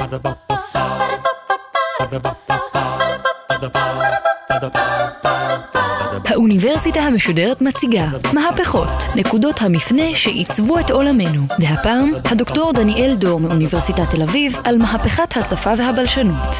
האוניברסיטה המשודרת מציגה מהפכות, נקודות המפנה שעיצבו את עולמנו. והפעם, הדוקטור דניאל דור מאוניברסיטת תל אביב על מהפכת השפה והבלשנות.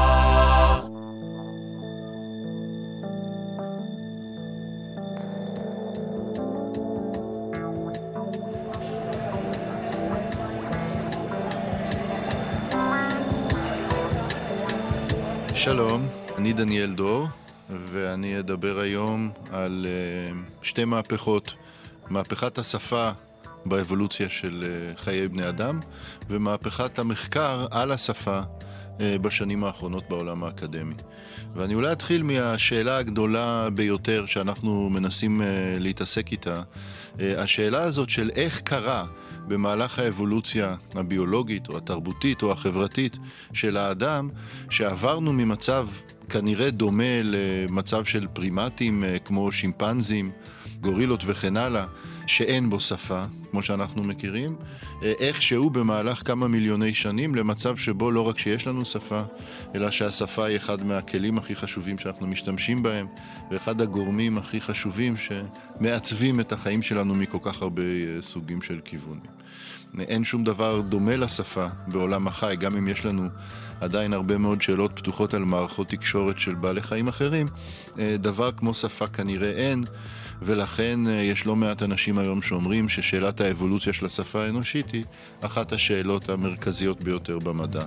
שלום, אני דניאל דור, ואני אדבר היום על שתי מהפכות, מהפכת השפה באבולוציה של חיי בני אדם, ומהפכת המחקר על השפה בשנים האחרונות בעולם האקדמי. ואני אולי אתחיל מהשאלה הגדולה ביותר שאנחנו מנסים להתעסק איתה, השאלה הזאת של איך קרה במהלך האבולוציה הביולוגית או התרבותית או החברתית של האדם, שעברנו ממצב כנראה דומה למצב של פרימטים כמו שימפנזים, גורילות וכן הלאה, שאין בו שפה, כמו שאנחנו מכירים, איכשהו במהלך כמה מיליוני שנים למצב שבו לא רק שיש לנו שפה, אלא שהשפה היא אחד מהכלים הכי חשובים שאנחנו משתמשים בהם, ואחד הגורמים הכי חשובים שמעצבים את החיים שלנו מכל כך הרבה סוגים של כיוונים. אין שום דבר דומה לשפה בעולם החי, גם אם יש לנו עדיין הרבה מאוד שאלות פתוחות על מערכות תקשורת של בעלי חיים אחרים, דבר כמו שפה כנראה אין, ולכן יש לא מעט אנשים היום שאומרים ששאלת האבולוציה של השפה האנושית היא אחת השאלות המרכזיות ביותר במדע.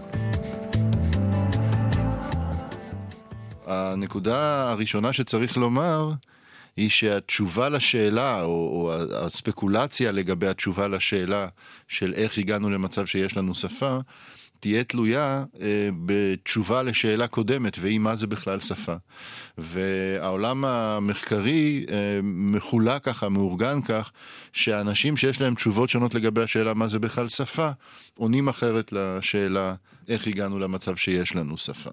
הנקודה הראשונה שצריך לומר היא שהתשובה לשאלה, או הספקולציה לגבי התשובה לשאלה של איך הגענו למצב שיש לנו שפה, תהיה תלויה בתשובה לשאלה קודמת, והיא מה זה בכלל שפה. והעולם המחקרי מחולק ככה, מאורגן כך, שאנשים שיש להם תשובות שונות לגבי השאלה מה זה בכלל שפה, עונים אחרת לשאלה איך הגענו למצב שיש לנו שפה.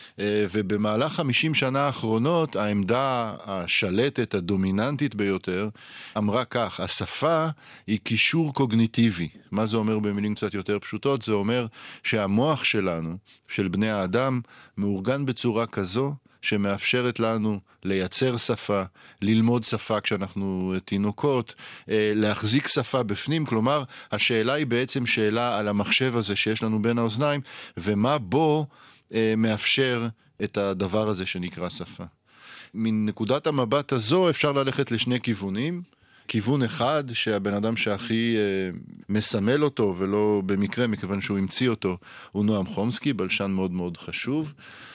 ובמהלך 50 שנה האחרונות, העמדה השלטת, הדומיננטית ביותר, אמרה כך, השפה היא קישור קוגניטיבי. מה זה אומר במילים קצת יותר פשוטות? זה אומר שהמוח שלנו, של בני האדם, מאורגן בצורה כזו, שמאפשרת לנו לייצר שפה, ללמוד שפה כשאנחנו תינוקות, להחזיק שפה בפנים, כלומר, השאלה היא בעצם שאלה על המחשב הזה שיש לנו בין האוזניים, ומה בו מאפשר את הדבר הזה שנקרא שפה. מנקודת המבט הזו אפשר ללכת לשני כיוונים. כיוון אחד שהבן אדם שהכי מסמל אותו, ולא במקרה מכיוון שהוא המציא אותו, הוא נועם חומסקי, בלשן מאוד מאוד חשוב.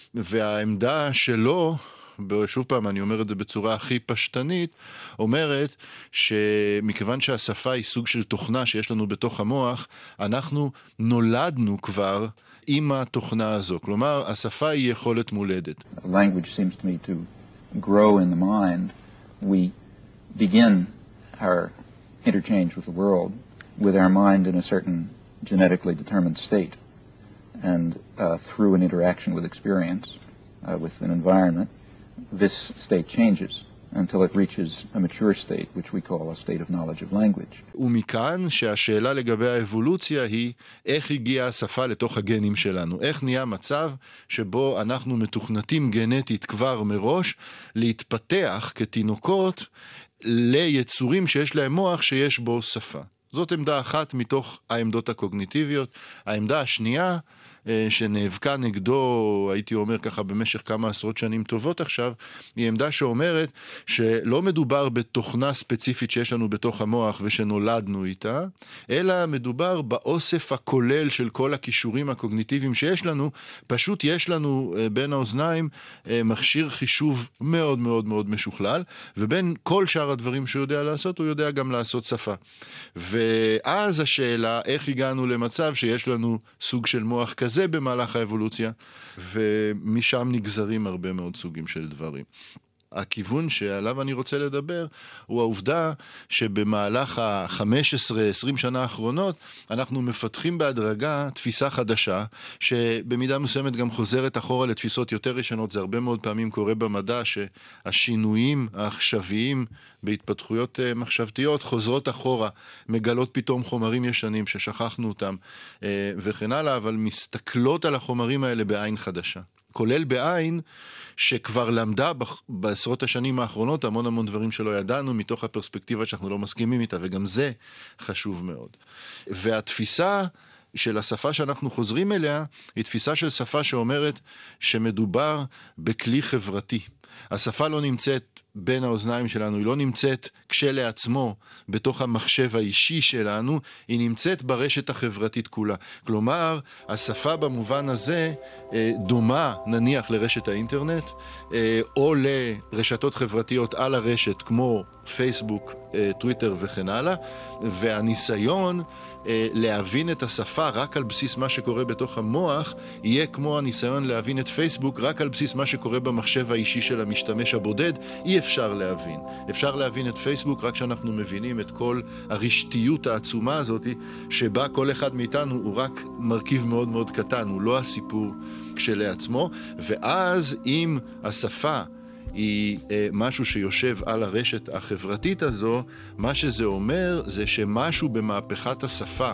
והעמדה שלו, שוב פעם אני אומר את זה בצורה הכי פשטנית, אומרת שמכיוון שהשפה היא סוג של תוכנה שיש לנו בתוך המוח, אנחנו נולדנו כבר עם התוכנה הזו. כלומר, השפה היא יכולת מולדת. Language seems to me to grow in the mind. We begin our interchange with the world with our mind in a certain genetically determined state. And through an interaction with experience, with an environment, this state changes until it reaches a mature state, which we call a state of knowledge of language. ומכאן שהשאלה לגבי האבולוציה היא איך הגיעה השפה לתוך הגנים שלנו. איך נהיה מצב שבו אנחנו מתוכנתים גנטית כבר מראש להתפתח כתינוקות ליצורים שיש להם מוח שיש בו שפה. זאת עמדה אחת מתוך העמדות הקוגניטיביות. העמדה השנייה שנאבקה נגדו, הייתי אומר ככה במשך כמה עשרות שנים טובות עכשיו, היא עמדה שאומרת שלא מדובר בתוכנה ספציפית שיש לנו בתוך המוח ושנולדנו איתה, אלא מדובר באוסף הכולל של כל הכישורים הקוגניטיביים שיש לנו, פשוט יש לנו בין האוזניים מכשיר חישוב מאוד מאוד מאוד משוכלל, ובין כל שאר הדברים שהוא יודע לעשות, הוא יודע גם לעשות שפה. ואז השאלה, איך הגענו למצב שיש לנו סוג של מוח כזה במהלך האבולוציה, ומשם נגזרים הרבה מאוד סוגים של דברים. הכיוון שעליו אני רוצה לדבר הוא העובדה שבמהלך ה-15-20 שנה האחרונות אנחנו מפתחים בהדרגה תפיסה חדשה שבמידה מסוימת גם חוזרת אחורה לתפיסות יותר ישנות. זה הרבה מאוד פעמים קורה במדע שהשינויים העכשוויים בהתפתחויות מחשבתיות חוזרות אחורה, מגלות פתאום חומרים ישנים ששכחנו אותם וכן הלאה, אבל מסתכלות על החומרים האלה בעין חדשה. כולל בעין שכבר למדה בעשרות השנים האחרונות המון דברים שלא ידענו מתוך הפרספקטיבה שאנחנו לא מסכימים איתה, וגם זה חשוב מאוד. והתפיסה של השפה שאנחנו חוזרים אליה היא תפיסה של שפה שאומרת שמדובר בכלי חברתי. השפה לא נמצאת בין האוזניים שלנו, היא לא נמצאת כשלעצמו בתוך המחשב האישי שלנו, היא נמצאת ברשת החברתית כולה. כלומר, השפה במובן הזה דומה נניח לרשת האינטרנט, או לרשתות חברתיות על הרשת כמו פייסבוק, טוויטר וכן הלאה, והניסיון להבין את השפה רק על בסיס מה שקורה בתוך המוח, יהיה כמו הניסיון להבין את פייסבוק רק על בסיס מה שקורה במחשב האישי של המשתמש הבודד. אי אפשר להבין. אפשר להבין את פייסבוק רק כשאנחנו מבינים את כל הרשתיות העצומה הזאת, שבה כל אחד מאיתנו הוא רק מרכיב מאוד קטן, הוא לא הסיפור כשלעצמו, ואז אם השפה היא משהו שיושב על הרשת החברתית הזו, מה שזה אומר זה שמשהו במהפכת השפה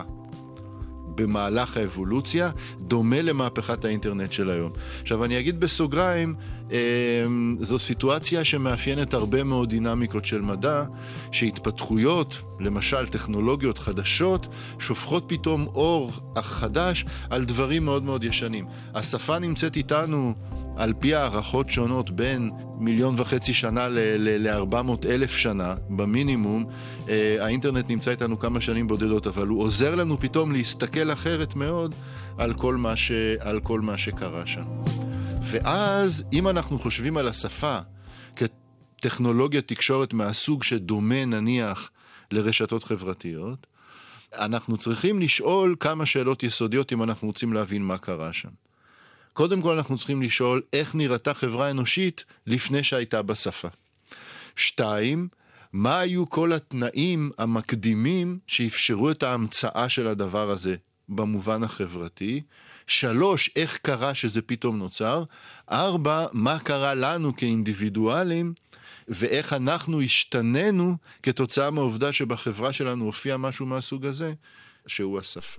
במהלך האבולוציה דומה למהפכת האינטרנט של היום. עכשיו אני אגיד בסוגריים, זו סיטואציה שמאפיינת הרבה מאוד דינמיקות של מדע, שהתפתחויות, למשל טכנולוגיות חדשות, שופכות פתאום אור חדש על דברים מאוד ישנים. השפה נמצאת איתנו על פי הערכות שונות בין 1.5 מיליון שנה ל-400,000 שנה במינימום. האינטרנט נמצא איתנו כמה שנים בודדות, אבל הוא עוזר לנו פתאום להסתכל אחרת מאוד על כל מה שקרה שם. ואז אם אנחנו חושבים על השפה כטכנולוגיית תקשורת מהסוג שדומה נניח לרשתות חברתיות, אנחנו צריכים לשאול כמה שאלות יסודיות אם אנחנו רוצים להבין מה קרה שם. קודם כל אנחנו צריכים לשאול איך נראתה חברה אנושית לפני שהייתה בשפה. 2, מה היו כל התנאים המקדימים שאפשרו את ההמצאה של הדבר הזה במובן החברתי. 3, איך קרה שזה פתאום נוצר. 4, מה קרה לנו כאינדיבידואלים ואיך אנחנו השתננו כתוצאה מהעובדה שבחברה שלנו הופיע משהו מהסוג הזה, שהוא השפה.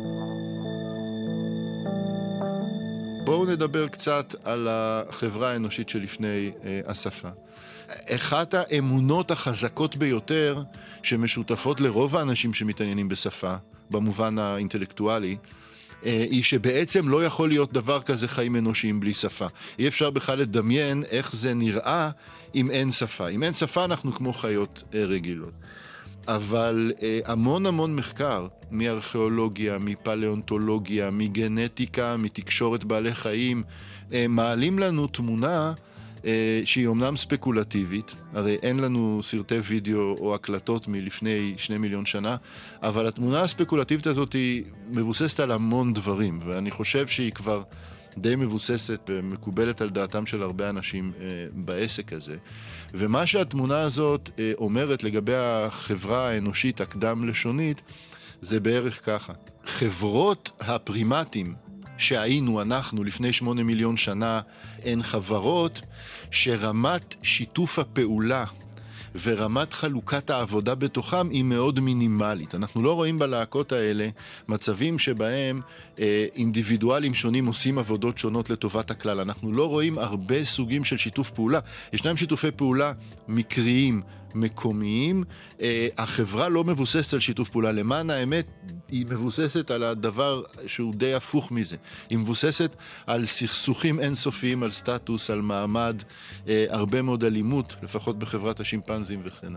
בואו נדבר קצת על החברה האנושית שלפני השפה. אחת האמונות החזקות ביותר שמשותפות לרוב האנשים שמתעניינים בשפה, במובן האינטלקטואלי, היא שבעצם לא יכול להיות דבר כזה חיים אנושיים בלי שפה. אי אפשר בכלל לדמיין איך זה נראה אם אין שפה. אם אין שפה אנחנו כמו חיות רגילות. אבל המון מחקר, מארכיאולוגיה, מפלאונטולוגיה, מגנטיקה, מתקשורת בעלי חיים, מעלים לנו תמונה שהיא אומנם ספקולטיבית, הרי אין לנו סרטי וידאו או הקלטות מלפני 2 מיליון שנה, אבל התמונה הספקולטיבית הזאת היא מבוססת על המון דברים, ואני חושב שהיא כבר די מבוססת ומקובלת על דעתם של הרבה אנשים בעסק הזה. ומה שהתמונה הזאת אומרת לגבי החברה האנושית הקדם-לשונית, זה בערך ככה. חברות הפרימטים שהיינו אנחנו לפני 8 מיליון שנה, הן חברות שרמת שיתוף הפעולה ורמת חלוקת העבודה בתוכם היא מאוד מינימלית. אנחנו לא רואים בלהקות האלה מצבים שבהם אינדיבידואלים שונים עושים עבודות שונות לטובת הכלל. אנחנו לא רואים הרבה סוגים של שיתוף פעולה. ישנם שיתופי פעולה מקריים, מקומיים. החברה לא מבוססת על שיתוף פעולה. למען האמת, היא מבוססת על הדבר שהוא די הפוך מזה. היא מבוססת על סכסוכים אינסופיים, על סטטוס, על מעמד, הרבה מאוד אלימות, לפחות בחברת השימפנזים וכן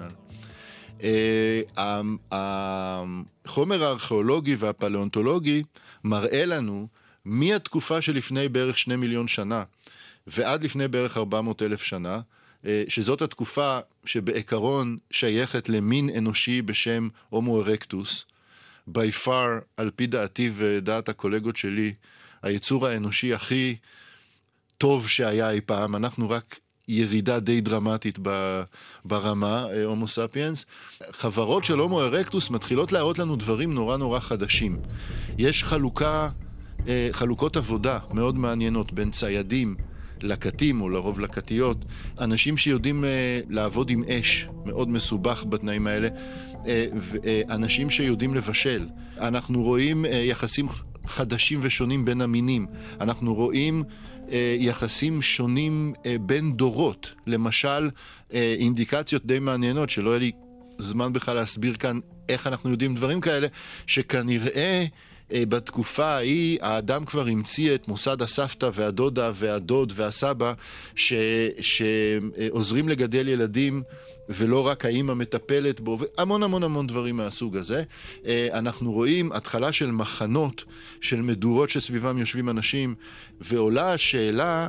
הלאה. החומר הארכיאולוגי והפלאונטולוגי מראה לנו מהתקופה שלפני בערך 2 מיליון שנה ועד לפני בערך 400,000 שנה, שזאת התקופה שבעיקרון שייכת למין אנושי בשם הומו ארקטוס, by far, על פי דעתי ודעת הקולגות שלי, היצור האנושי הכי טוב שהיה אי פעם. אנחנו רק ירידה די דרמטית ברמה, הומו ספיאנס. חברות של הומו ארקטוס מתחילות להראות לנו דברים נורא נורא חדשים. יש חלוקות עבודה מאוד מעניינות בין ציידים, לקטים או לרוב לקטיות, אנשים שיודעים לעבוד עם אש, מאוד מסובך בתנאים האלה, אנשים שיודעים לבשל. אנחנו רואים יחסים חדשים ושונים בין המינים. אנחנו רואים יחסים שונים בין דורות. למשל, אינדיקציות די מעניינות, שלא היה לי זמן בכלל להסביר כאן איך אנחנו יודעים דברים כאלה, שכנראה בתקופה ההיא האדם כבר המציא את מוסד הסבתא והדודה והדוד והסבא שעוזרים לגדל ילדים ולא רק האמא מטפלת בו, והמון המון המון דברים מהסוג הזה. אנחנו רואים התחלה של מחנות, של מדורות שסביבם יושבים אנשים, ועולה השאלה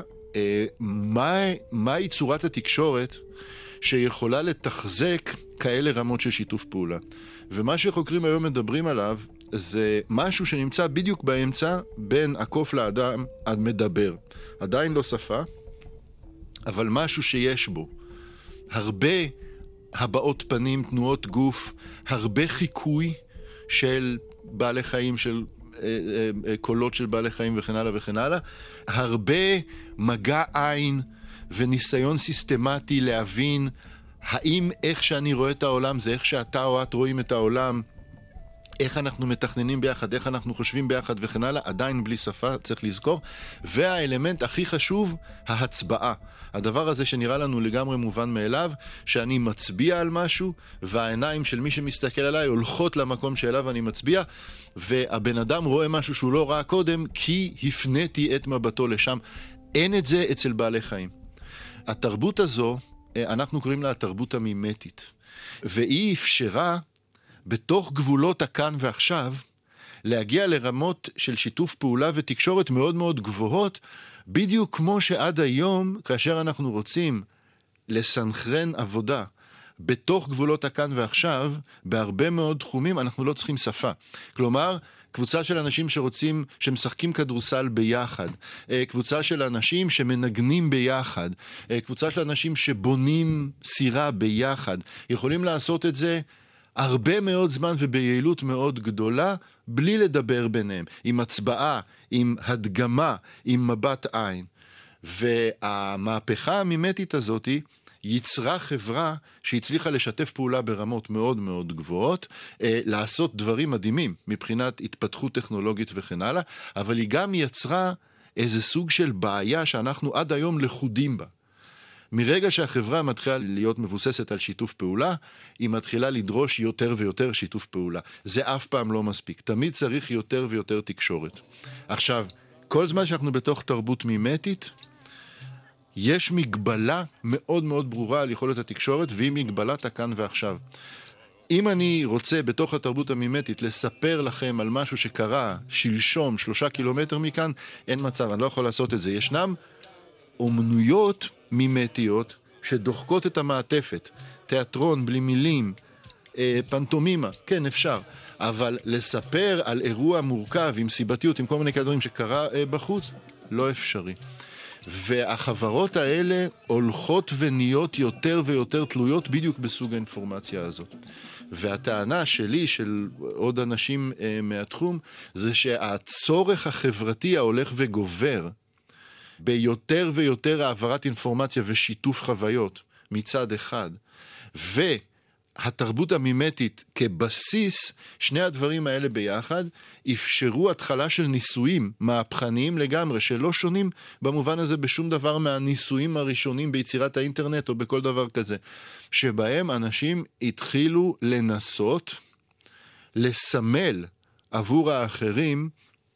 מהי צורת התקשורת שיכולה לתחזק כאלה רמות של שיתוף פעולה. ומה שחוקרים היום מדברים עליו זה משהו שנמצא בדיוק באמצע בין הקוף לאדם עד מדבר. עדיין לא שפה, אבל משהו שיש בו. הרבה הבעות פנים, תנועות גוף, הרבה חיקוי של בעלי חיים, של קולות של בעלי חיים וכן הלאה וכן הלאה. הרבה מגע עין וניסיון סיסטמטי להבין האם איך שאני רואה את העולם זה איך שאתה או את רואים את העולם, איך אנחנו מתכננים ביחד, איך אנחנו חושבים ביחד וכן הלאה, עדיין בלי שפה, צריך לזכור. והאלמנט הכי חשוב, ההצבעה. הדבר הזה שנראה לנו לגמרי מובן מאליו, שאני מצביע על משהו, והעיניים של מי שמסתכל עליי הולכות למקום שאליו אני מצביע, והבן אדם רואה משהו שהוא לא ראה קודם, כי הפניתי את מבטו לשם. אין את זה אצל בעלי חיים. התרבות הזו, אנחנו קוראים לה התרבות המימטית. והיא אפשרה בתוך גבולות הכאן ועכשיו, להגיע לרמות של שיתוף פעולה ותקשורת מאוד מאוד גבוהות, בדיוק כמו שעד היום, כאשר אנחנו רוצים לסנכרן עבודה בתוך גבולות הכאן ועכשיו, בהרבה מאוד תחומים אנחנו לא צריכים שפה. כלומר, קבוצה של אנשים שמשחקים כדורסל ביחד, קבוצה של אנשים שמנגנים ביחד, קבוצה של אנשים שבונים סירה ביחד, יכולים לעשות את זה הרבה מאוד זמן וביעילות מאוד גדולה, בלי לדבר ביניהם, עם הצבעה, עם הדגמה, עם מבט עין. והמהפכה המימטית הזאת יצרה חברה שהצליחה לשתף פעולה ברמות מאוד מאוד גבוהות, לעשות דברים מדהימים מבחינת התפתחות טכנולוגית וכן הלאה, אבל היא גם יצרה איזה סוג של בעיה שאנחנו עד היום לחודים בה. מרגע שהחברה מתחילה להיות מבוססת על שיתוף פעולה, היא מתחילה לדרוש יותר ויותר שיתוף פעולה. זה אף פעם לא מספיק. תמיד צריך יותר ויותר תקשורת. עכשיו, כל זמן שאנחנו בתוך תרבות מימטית, יש מגבלה מאוד מאוד ברורה על יכולת התקשורת, והיא מגבלת הכאן ועכשיו. אם אני רוצה בתוך התרבות המימטית לספר לכם על משהו שקרה שלשום 3 קילומטר מכאן, אין מצב, אני לא יכול לעשות את זה. ישנם אומנויות מימטיות שדוחקות את המעטפת, תיאטרון בלי מילים, פנטומימה, כן אפשר, אבל לספר על אירוע מורכב עם סיבתיות, עם כל מיני דברים שקרה בחוץ, לא אפשרי. והחברות האלה הולכות ונהיות יותר ויותר תלויות בדיוק בסוג האינפורמציה הזאת. והטענה שלי, של עוד אנשים מהתחום, זה שהצורך החברתי ההולך וגובר, ביותר ויותר העברת אינפורמציה ושיתוף חוויות מצד אחד, והתרבות המימטית כבסיס, שני הדברים האלה ביחד אפשרו התחלה של ניסויים מהפכניים לגמרי, שלא שונים במובן הזה בשום דבר מהניסויים הראשונים ביצירת האינטרנט או בכל דבר כזה, שבהם אנשים התחילו לנסות לסמל עבור האחרים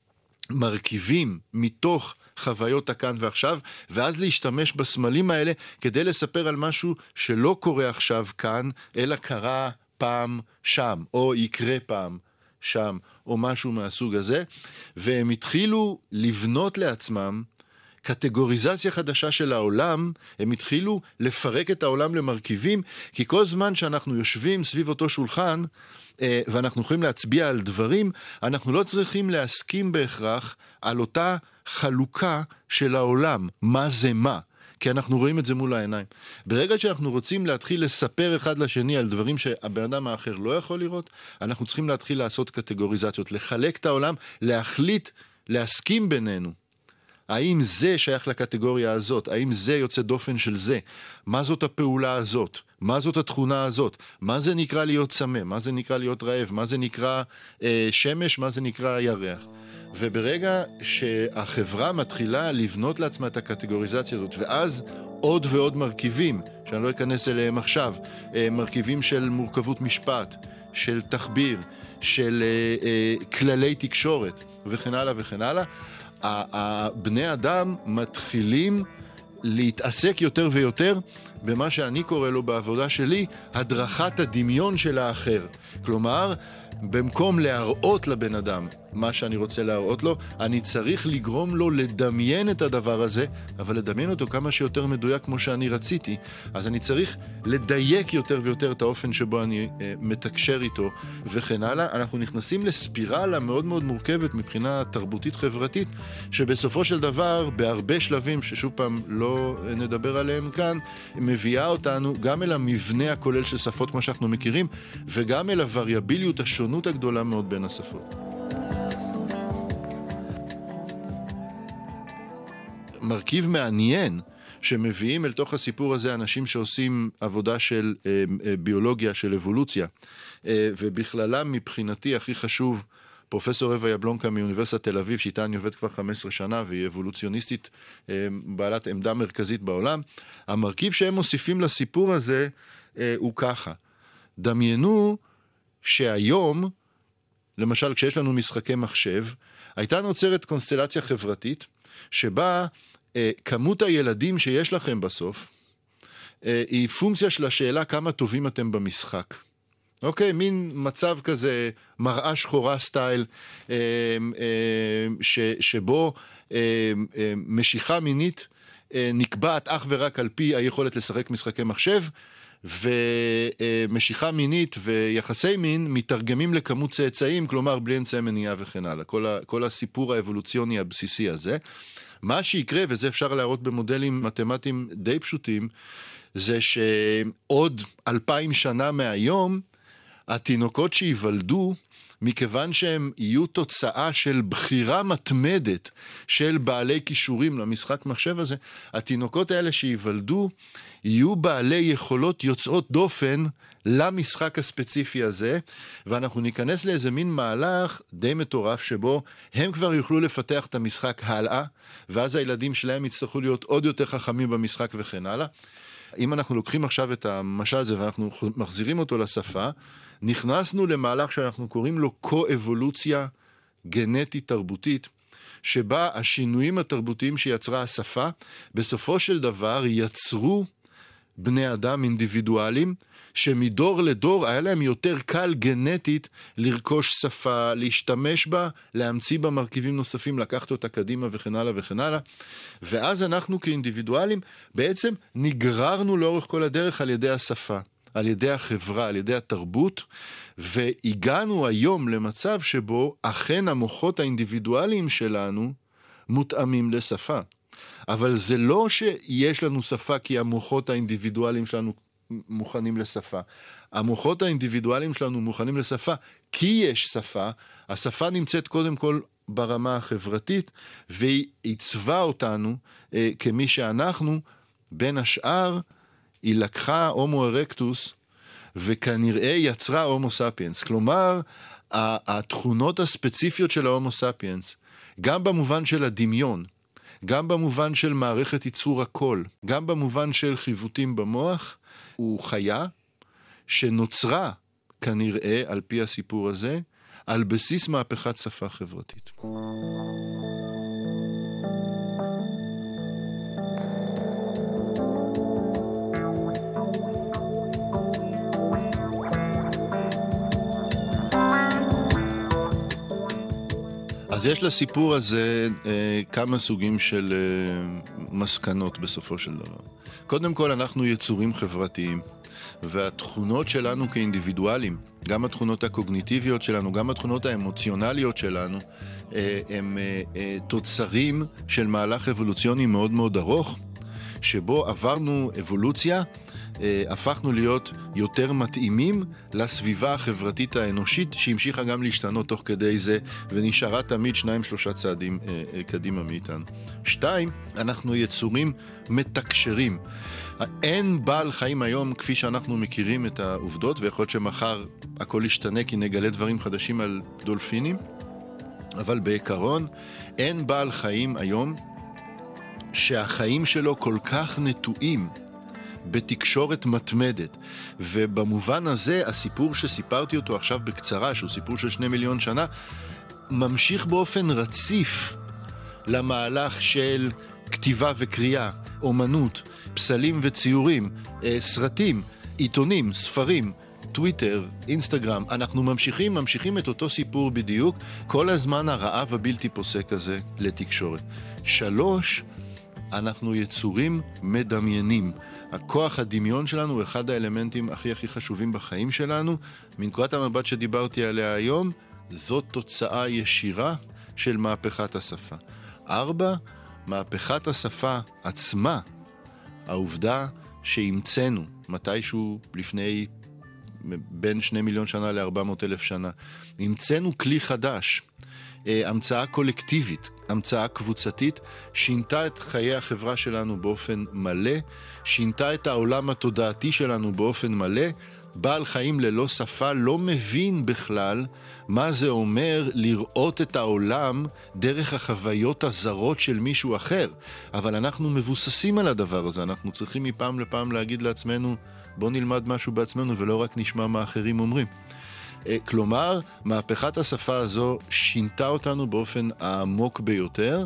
מרכיבים מתוך חוויות הכאן ועכשיו, ואז להשתמש בסמלים האלה כדי לספר על משהו שלא קורה עכשיו כאן, אלא קרה פעם שם, או יקרה פעם שם, או משהו מהסוג הזה, והם התחילו לבנות לעצמם קטגוריזציה חדשה של העולם, הם התחילו לפרק את העולם למרכיבים, כי כל זמן שאנחנו יושבים סביב אותו שולחן, ואנחנו יכולים להצביע על דברים, אנחנו לא צריכים להסכים בהכרח על אותה חלוקה של העולם, מה זה מה. כי אנחנו רואים את זה מול העיניים. ברגע שאנחנו רוצים להתחיל לספר אחד לשני על דברים שהבן אדם האחר לא יכול לראות, אנחנו צריכים להתחיל לעשות קטגוריזציות, לחלק את העולם, להחליט, להסכים בינינו. האם זה שייך לקטגוריה הזאת? האם זה יוצא דופן של זה? מה זאת הפעולה הזאת? מה זאת התכונה הזאת? מה זה נקרא להיות צמא? מה זה נקרא להיות רעב? מה זה נקרא שמש? מה זה נקרא ירח? וברגע שהחברה מתחילה לבנות לעצמה את הקטגוריזציה הזאת, ואז עוד ועוד מרכיבים, שאני לא אכנס אליהם עכשיו, מרכיבים של מורכבות משפט, של תחביר, של כללי תקשורת, וכן הלאה וכן הלאה, הבני אדם מתחילים להתעסק יותר ויותר במה שאני קורא לו בעבודה שלי, הדרכת הדמיון של האחר. כלומר, במקום להראות לבן אדם מה שאני רוצה להראות לו, אני צריך לגרום לו לדמיין את הדבר הזה, אבל לדמיין אותו כמה שיותר מדויק כמו שאני רציתי. אז אני צריך לדייק יותר ויותר את האופן שבו אני מתקשר איתו, וכן הלאה. אנחנו נכנסים לספירלה מאוד מאוד מורכבת מבחינה תרבותית חברתית, שבסופו של דבר, בהרבה שלבים ששוב פעם לא נדבר עליהם כאן, מביאה אותנו גם אל המבנה הכולל של שפות כמו שאנחנו מכירים, וגם אל הווריאביליות, השונות הגדולה מאוד בין השפות. מרכיב מעניין שמביאים אל תוך הסיפור הזה אנשים שעושים עבודה של ביולוגיה, של אבולוציה, ובכללם מבחינתי הכי חשוב פרופסור אווה יבלונקה מאוניברסיטת תל אביב, שאיתה אני עובד כבר 15 שנה והיא אבולוציוניסטית בעלת עמדה מרכזית בעולם. המרכיב שהם מוסיפים לסיפור הזה הוא ככה: דמיינו שהיום, למשל כשיש לנו משחקי מחשב, הייתה נוצרת קונסטלציה חברתית שבה כמות הילדים שיש לכם בסוף היא פונקציה של השאלה כמה טובים אתם במשחק. אוקיי, מין מצב כזה, מראה שחורה סטייל, שבו משיכה מינית נקבעת אך ורק על פי היכולת לשחק משחקי מחשב, ומשיכה מינית ויחסי מין מתרגמים לכמות צאצאים, כלומר בלי אמצעי מניעה וכן הלאה. כל הסיפור האבולוציוני הבסיסי הזה. מה שיקרה, וזה אפשר להראות במודלים מתמטיים די פשוטים, זה שעוד 2000 שנה מהיום, התינוקות שיוולדו, מכיוון שהם יהיו תוצאה של בחירה מתמדת של בעלי כישורים למשחק מחשב הזה, התינוקות האלה שיוולדו יהיו בעלי יכולות יוצאות דופן למשחק הספציפי הזה, ואנחנו ניכנס לאיזה מין מהלך די מטורף שבו הם כבר יוכלו לפתח את המשחק הלאה, ואז הילדים שלהם יצטרכו להיות עוד יותר חכמים במשחק וכן הלאה. אם אנחנו לוקחים עכשיו את המשל הזה ואנחנו מחזירים אותו לשפה, נכנסנו למהלך שאנחנו קוראים לו קו-אבולוציה גנטית תרבותית, שבה השינויים התרבותיים שיצרה השפה, בסופו של דבר יצרו בני אדם אינדיבידואלים, שמדור לדור היה להם יותר קל גנטית לרכוש שפה, להשתמש בה, להמציא בה מרכיבים נוספים, לקחת אותה קדימה וכן הלאה וכן הלאה. ואז אנחנו כאינדיבידואלים בעצם נגררנו לאורך כל הדרך על ידי השפה, על ידי החברה, על ידי התרבות, והגענו היום למצב שבו אכן המוחות האינדיבידואליים שלנו מותאמים לשפה. אבל זה לא שיש לנו שפה כי המוחות האינדיבידואליים שלנו מוכנים לשפה. המוחות האינדיבידואליים שלנו מוכנים לשפה כי יש שפה. השפה נמצאת קודם כל ברמה החברתית, והיא עיצבה אותנו כמי שאנחנו. בין השאר היא לקחה הומו ארקטוס וכנראה יצרה הומו ספיאנס. כלומר, התכונות הספציפיות של ההומו ספיאנס, גם במובן של הדמיון, גם במובן של מערכת ייצור הקול, גם במובן של חיווטים במוח, הוא חיה שנוצרה כנראה על פי הסיפור הזה, על בסיס מהפכת שפה חברתית. אז יש לסיפור הזה כמה סוגים של מסקנות בסופו של דבר. קודם כל, אנחנו יצורים חברתיים, והתכונות שלנו כאינדיבידואלים, גם התכונות הקוגניטיביות שלנו, גם התכונות האמוציונליות שלנו, הם תוצרים של מהלך אבולוציוני מאוד מאוד ארוך, שבו עברנו אבולוציה, הפכנו להיות יותר מתאימים לסביבה החברתית האנושית, שהמשיכה גם להשתנות תוך כדי זה, ונשארה תמיד 2-3 צעדים קדימה מאיתנו. 2, אנחנו יצורים מתקשרים. אין בעל חיים היום כפי שאנחנו מכירים את העובדות, ויכול להיות שמחר הכל ישתנה כי נגלה דברים חדשים על דולפינים, אבל בעיקרון אין בעל חיים היום שהחיים שלו כל כך נטועים בתקשורת מתמדת. ובמובן הזה הסיפור שסיפרתי אותו עכשיו בקצרה, שהוא סיפור של 2 מיליון שנה, ממשיך באופן רציף למהלך של כתיבה וקריאה, אומנות, פסלים וציורים, סרטים, עיתונים, ספרים, טוויטר, אינסטגרם. אנחנו ממשיכים את אותו סיפור בדיוק, כל הזמן הרעב הבלתי פוסק הזה לתקשורת. 3, אנחנו יצורים מדמיינים. הכוח הדמיון שלנו הוא אחד האלמנטים הכי חשובים בחיים שלנו. מנקודת המבט שדיברתי עליה היום, זאת תוצאה ישירה של מהפכת השפה. 4, מהפכת השפה עצמה, העובדה שהמצאנו מתישהו לפני בין 2 מיליון שנה ל-400,000 שנה, המצאנו כלי חדש, המצאה קולקטיבית, המצאה קבוצתית, שינתה את חיי החברה שלנו באופן מלא, שינתה את העולם התודעתי שלנו באופן מלא. בעל חיים ללא שפה לא מבין בכלל מה זה אומר לראות את העולם דרך החוויות הזרות של מישהו אחר. אבל אנחנו מבוססים על הדבר הזה, אנחנו צריכים מפעם לפעם להגיד לעצמנו, בוא נלמד משהו בעצמנו ולא רק נשמע מה אחרים אומרים. כלומר, מהפכת השפה הזו שינתה אותנו באופן העמוק ביותר,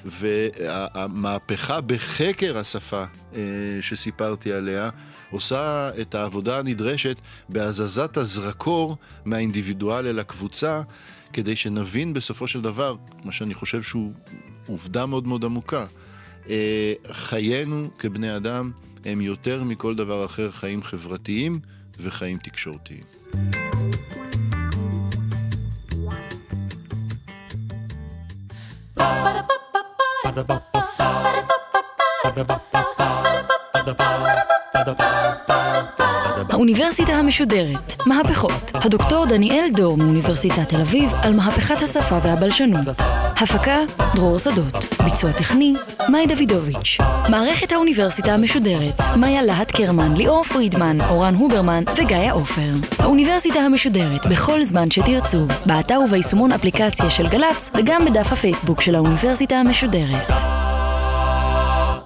והמהפכה בחקר השפה שסיפרתי עליה עושה את העבודה הנדרשת בהזזת הזרקור מהאינדיבידואל אל הקבוצה, כדי שנבין בסופו של דבר, מה שאני חושב שהוא עובדה מאוד מאוד עמוקה, חיינו כבני אדם הם יותר מכל דבר אחר חיים חברתיים וחיים תקשורתיים. האוניברסיטה המשודרת, מהפכות. הדוקטור דניאל דור מאוניברסיטת תל אביב על מהפכת השפה והבלשנות. הפקה דרור שדות. ביצוע טכני מאי דוידוביץ'. מערכת האוניברסיטה המשודרת, מאיה להט קרמן, ליאור פרידמן, אורן הוברמן וגיא עופר. האוניברסיטה המשודרת בכל זמן שתרצו, באתר וביישומון אפליקציה של גלץ וגם בדף הפייסבוק של האוניברסיטה המשודרת.